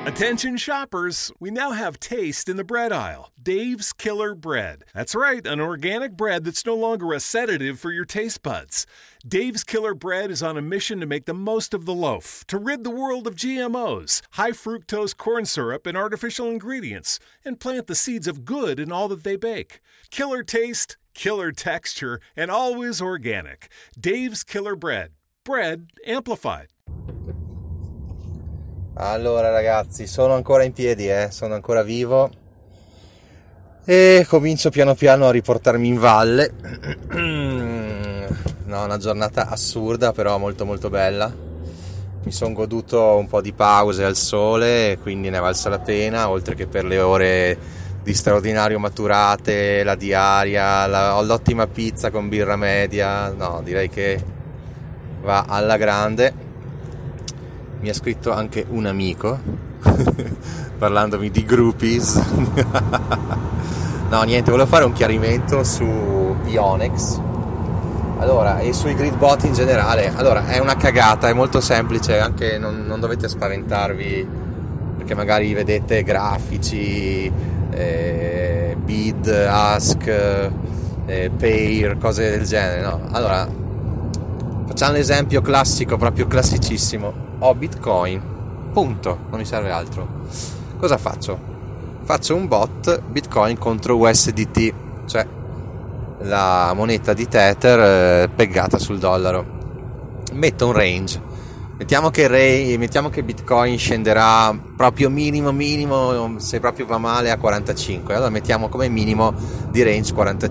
Attention shoppers, we now have taste in the bread aisle. Dave's Killer Bread. That's right, an organic bread that's no longer a sedative for your taste buds. Dave's Killer Bread is on a mission to make the most of the loaf, to rid the world of GMOs, high fructose corn syrup, and artificial ingredients, and plant the seeds of good in all that they bake. Killer taste, killer texture, and always organic. Dave's Killer Bread. Bread amplified. Allora ragazzi, sono ancora in piedi, sono ancora vivo e comincio piano piano a riportarmi in valle. No, una giornata assurda, però molto molto bella. Mi sono goduto un po' di pause al sole, quindi ne è valsa la pena, oltre che per le ore di straordinario maturate, la diaria, l'ottima pizza con birra media. No, direi che va alla grande. Mi ha scritto anche un amico parlandomi di groupies. No, niente, volevo fare un chiarimento su Pionex, allora, e sui grid bot in generale. Allora, è una cagata, è molto semplice, anche non dovete spaventarvi perché magari vedete grafici, bid, ask, pair, cose del genere, no? Allora, facciamo l'esempio classico, proprio classicissimo. Ho Bitcoin, punto, non mi serve altro. Cosa faccio? Faccio un bot Bitcoin contro USDT, cioè la moneta di Tether peggata sul dollaro. Metto un range. Mettiamo che Bitcoin scenderà proprio minimo, se proprio va male, a 45. Allora mettiamo come minimo di range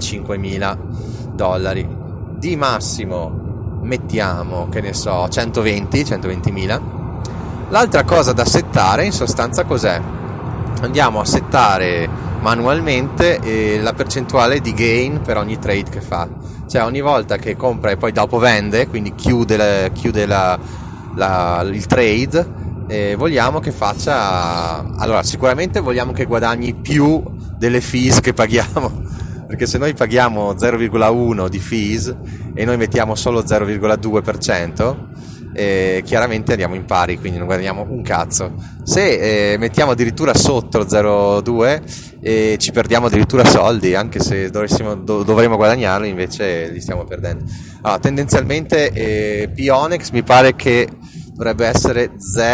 $45.000. Di massimo mettiamo, che ne so, 120.000. L'altra cosa da settare in sostanza cos'è? Andiamo a settare manualmente la percentuale di gain per ogni trade che fa, cioè ogni volta che compra e poi dopo vende, quindi chiude il trade, vogliamo che faccia, allora sicuramente vogliamo che guadagni più delle fees che paghiamo, perché se noi paghiamo 0,1 di fees e noi mettiamo solo 0,2%, chiaramente andiamo in pari, quindi non guadagniamo un cazzo. Se mettiamo addirittura sotto lo 0,2 ci perdiamo addirittura soldi, anche se dovremmo guadagnarli, invece li stiamo perdendo. Allora, tendenzialmente Pionex mi pare che dovrebbe essere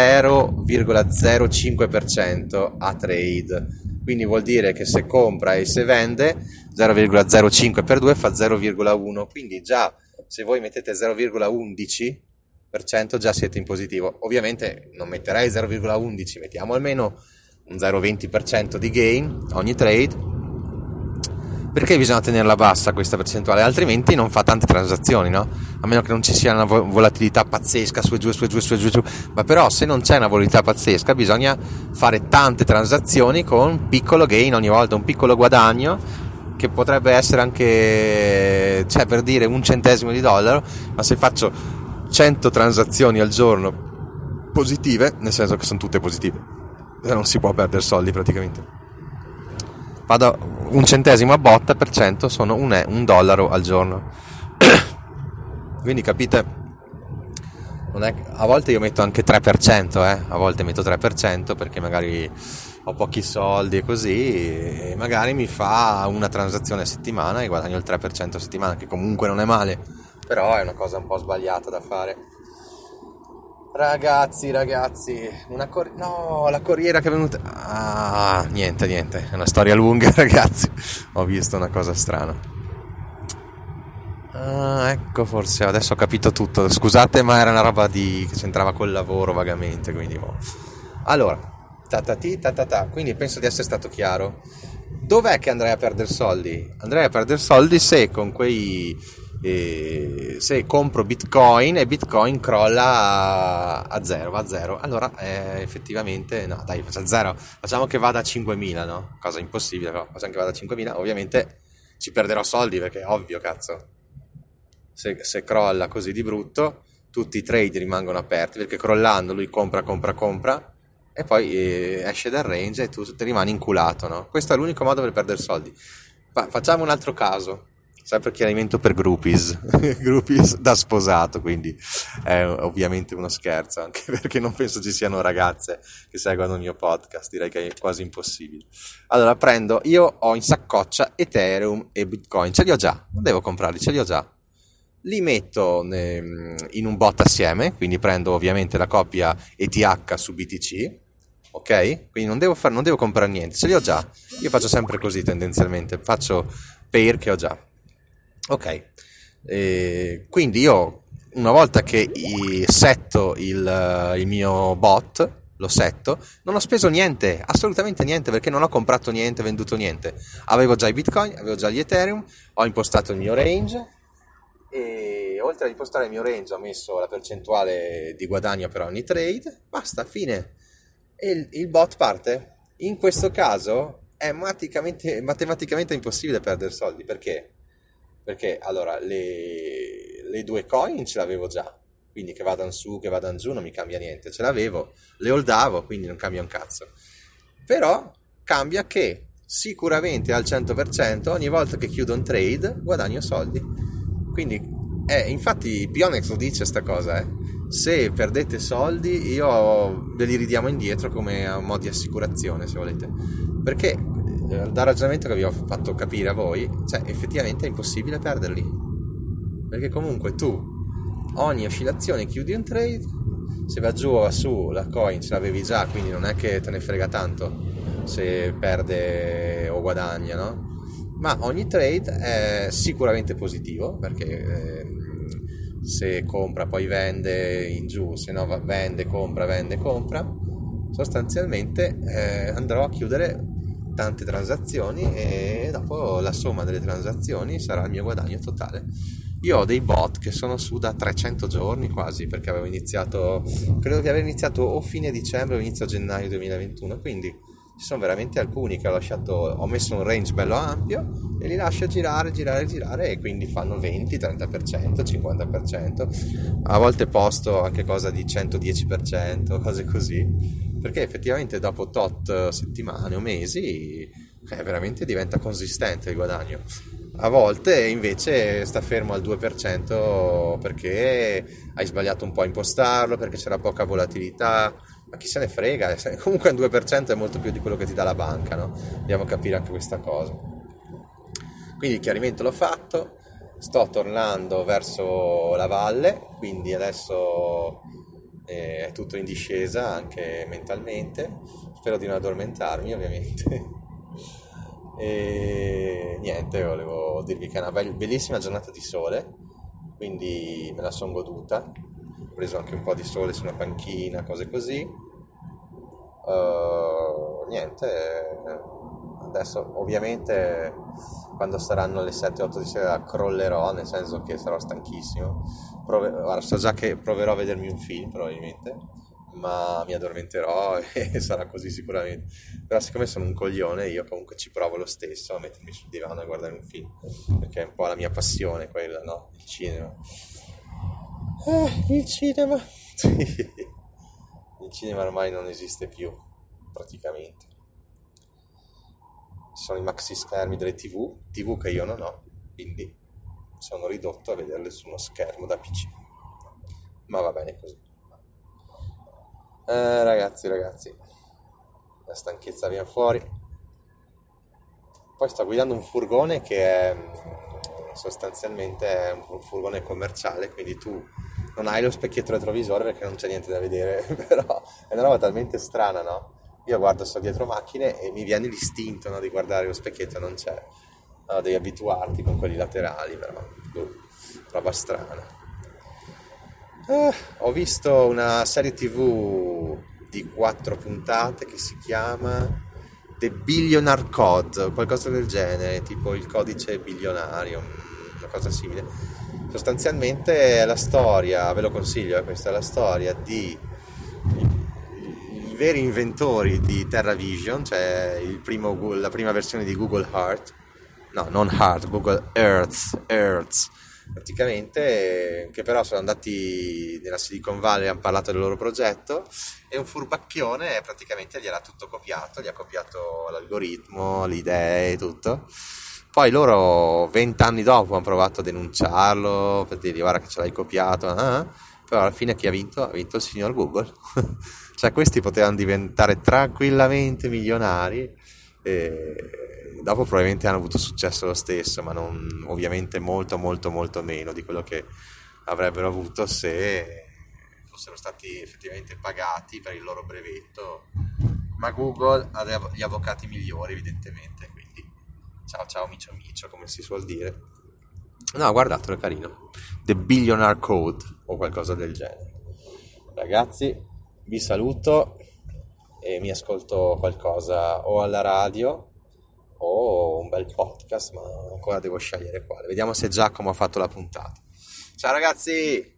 0,05% a trade, quindi vuol dire che se compra e se vende 0,05 per 2 fa 0,1, quindi già se voi mettete 0,11% già siete in positivo. Ovviamente non metterei 0,11, mettiamo almeno un 0,20% di gain ogni trade, perché bisogna tenerla bassa questa percentuale, altrimenti non fa tante transazioni, no? A meno che non ci sia una volatilità pazzesca su e giù, ma però se non c'è una volatilità pazzesca bisogna fare tante transazioni con un piccolo gain ogni volta, un piccolo guadagno, che potrebbe essere anche, cioè, per dire $0,01, ma se faccio 100 transazioni al giorno positive, nel senso che sono tutte positive, non si può perdere soldi praticamente. Vado un centesimo a botta per cento, sono $1 al giorno. Quindi capite, non è, a volte io metto anche 3%, a volte metto 3% perché magari ho pochi soldi e così, e magari mi fa una transazione a settimana e guadagno il 3% a settimana, che comunque non è male, però è una cosa un po' sbagliata da fare. Ragazzi, la corriera che è venuta, niente, è una storia lunga, ragazzi, ho visto una cosa strana. Ecco, forse adesso ho capito tutto, scusate, ma era una roba che c'entrava col lavoro vagamente, quindi allora, quindi penso di essere stato chiaro. Dov'è che andrei a perdere soldi? Andrei a perdere soldi se con se compro Bitcoin e Bitcoin crolla a zero, va a zero, allora effettivamente no, dai, faccia zero, facciamo che vada a 5.000, no? Cosa impossibile, però facciamo che vada a 5.000, ovviamente ci perderò soldi, perché è ovvio, cazzo, se crolla così di brutto tutti i trade rimangono aperti, perché crollando lui compra e poi esce dal range e tu ti rimani inculato, no? Questo è l'unico modo per perdere soldi. Facciamo un altro caso. sempre chiarimento per groupies, groupies da sposato, quindi è ovviamente uno scherzo, anche perché non penso ci siano ragazze che seguono il mio podcast, direi che è quasi impossibile. Allora io ho in saccoccia Ethereum e Bitcoin, ce li ho già, non devo comprarli, ce li ho già. Li metto in un bot assieme, quindi prendo ovviamente la coppia ETH su BTC, ok? Quindi non devo comprare niente, ce li ho già. Io faccio sempre così tendenzialmente, faccio pair che ho già. Ok, quindi io una volta che setto il mio bot, lo setto, non ho speso niente, assolutamente niente, perché non ho comprato niente, venduto niente. Avevo già i Bitcoin, avevo già gli Ethereum, ho impostato il mio range e oltre ad impostare il mio range ho messo la percentuale di guadagno per ogni trade, basta, fine. E il bot parte. In questo caso è matematicamente impossibile perdere soldi, perché allora le due coin ce l'avevo già, quindi che vadano su, che vadano giù non mi cambia niente, ce l'avevo, le holdavo, quindi non cambia un cazzo. Però cambia che sicuramente al 100% ogni volta che chiudo un trade guadagno soldi. Quindi infatti Pionex lo dice sta cosa, se perdete soldi io ve li ridiamo indietro come a mo' di assicurazione, se volete, perché dal ragionamento che vi ho fatto capire a voi, cioè effettivamente è impossibile perderli, perché comunque tu ogni oscillazione chiudi un trade, se va giù o va su la coin ce l'avevi già, quindi non è che te ne frega tanto se perde o guadagna, no? Ma ogni trade è sicuramente positivo, perché se compra poi vende in giù, se no vende, compra, sostanzialmente andrò a chiudere tante transazioni e dopo la somma delle transazioni sarà il mio guadagno totale. Io ho dei bot che sono su da 300 giorni quasi, perché avevo iniziato, credo di aver iniziato o fine dicembre o inizio gennaio 2021, quindi ci sono veramente alcuni che ho messo un range bello ampio e li lascio girare e quindi fanno 20, 30%, 50%, a volte posto anche cosa di 110%, cose così, perché effettivamente dopo tot settimane o mesi veramente diventa consistente il guadagno. A volte invece sta fermo al 2% perché hai sbagliato un po' a impostarlo, perché c'era poca volatilità, ma chi se ne frega, comunque un 2% è molto più di quello che ti dà la banca, no? Dobbiamo capire anche questa cosa. Quindi il chiarimento l'ho fatto, sto tornando verso la valle, quindi adesso è tutto in discesa anche mentalmente, spero di non addormentarmi ovviamente. E niente, volevo dirvi che è una bellissima giornata di sole, quindi me la sono goduta, ho preso anche un po' di sole su una panchina, cose così. Niente, adesso ovviamente quando saranno le 7-8 di sera crollerò, nel senso che sarò stanchissimo. So già che proverò a vedermi un film probabilmente, ma mi addormenterò e sarà così sicuramente. Però siccome sono un coglione io comunque ci provo lo stesso a mettermi sul divano e guardare un film, perché è un po' la mia passione quella, no? Il cinema. Il cinema il cinema ormai non esiste più praticamente, ci sono i maxi schermi delle tv che io non ho, quindi sono ridotto a vederle su uno schermo da PC, ma va bene così. Ragazzi, la stanchezza viene fuori. Poi sto guidando un furgone che è sostanzialmente un furgone commerciale, quindi tu non hai lo specchietto retrovisore perché non c'è niente da vedere, però è una roba talmente strana, no? Io guardo, sto dietro macchine e mi viene l'istinto, no, di guardare lo specchietto, non c'è, no, devi abituarti con quelli laterali, però roba strana. Ho visto una serie TV di 4 puntate che si chiama The Billionaire Code, qualcosa del genere, tipo il codice bilionario, una cosa simile. Sostanzialmente è la storia, ve lo consiglio, questa è la storia di i veri inventori di TerraVision, cioè la prima versione di Google Earth, no, non Earth, Google Earth, praticamente, che però sono andati nella Silicon Valley e hanno parlato del loro progetto, e un furbacchione praticamente gliel'ha tutto copiato, gli ha copiato l'algoritmo, le idee, tutto, Poi loro 20 anni dopo hanno provato a denunciarlo per dire guarda che ce l'hai copiato, però alla fine chi ha vinto? Ha vinto il signor Google. Cioè questi potevano diventare tranquillamente milionari e dopo probabilmente hanno avuto successo lo stesso, ma non, ovviamente molto molto molto meno di quello che avrebbero avuto se fossero stati effettivamente pagati per il loro brevetto. Ma Google ha gli avvocati migliori evidentemente, quindi ciao micio micio, come si suol dire. No, guardatelo, è carino. The Billionaire Code o qualcosa del genere. Ragazzi, vi saluto e mi ascolto qualcosa o alla radio o un bel podcast, ma ancora devo scegliere quale. Vediamo se Giacomo ha fatto la puntata. Ciao ragazzi!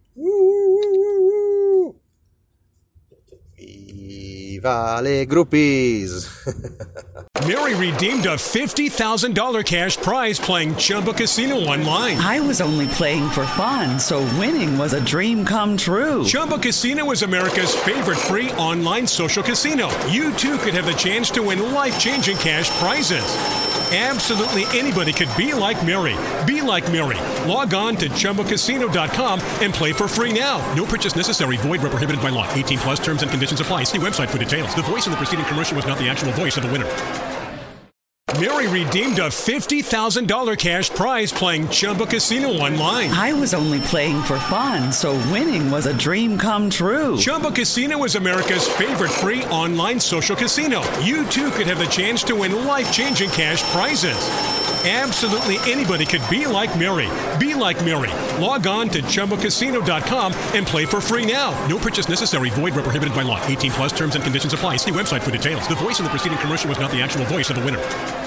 Viva le groupies! Mary redeemed a $50,000 cash prize playing Chumba Casino online. I was only playing for fun, so winning was a dream come true. Chumba Casino is America's favorite free online social casino. You too could have the chance to win life-changing cash prizes. Absolutely anybody could be like Mary. Be like Mary. Log on to ChumbaCasino.com and play for free now. No purchase necessary. Void where prohibited by law. 18 plus terms and conditions apply. See website for details. The voice in the preceding commercial was not the actual voice of the winner. Mary redeemed a $50,000 cash prize playing Chumba Casino online. I was only playing for fun, so winning was a dream come true. Chumba Casino is America's favorite free online social casino. You too could have the chance to win life-changing cash prizes. Absolutely anybody could be like Mary. Be like Mary. Log on to ChumbaCasino.com and play for free now. No purchase necessary. Void where prohibited by law. 18 plus terms and conditions apply. See website for details. The voice in the preceding commercial was not the actual voice of the winner.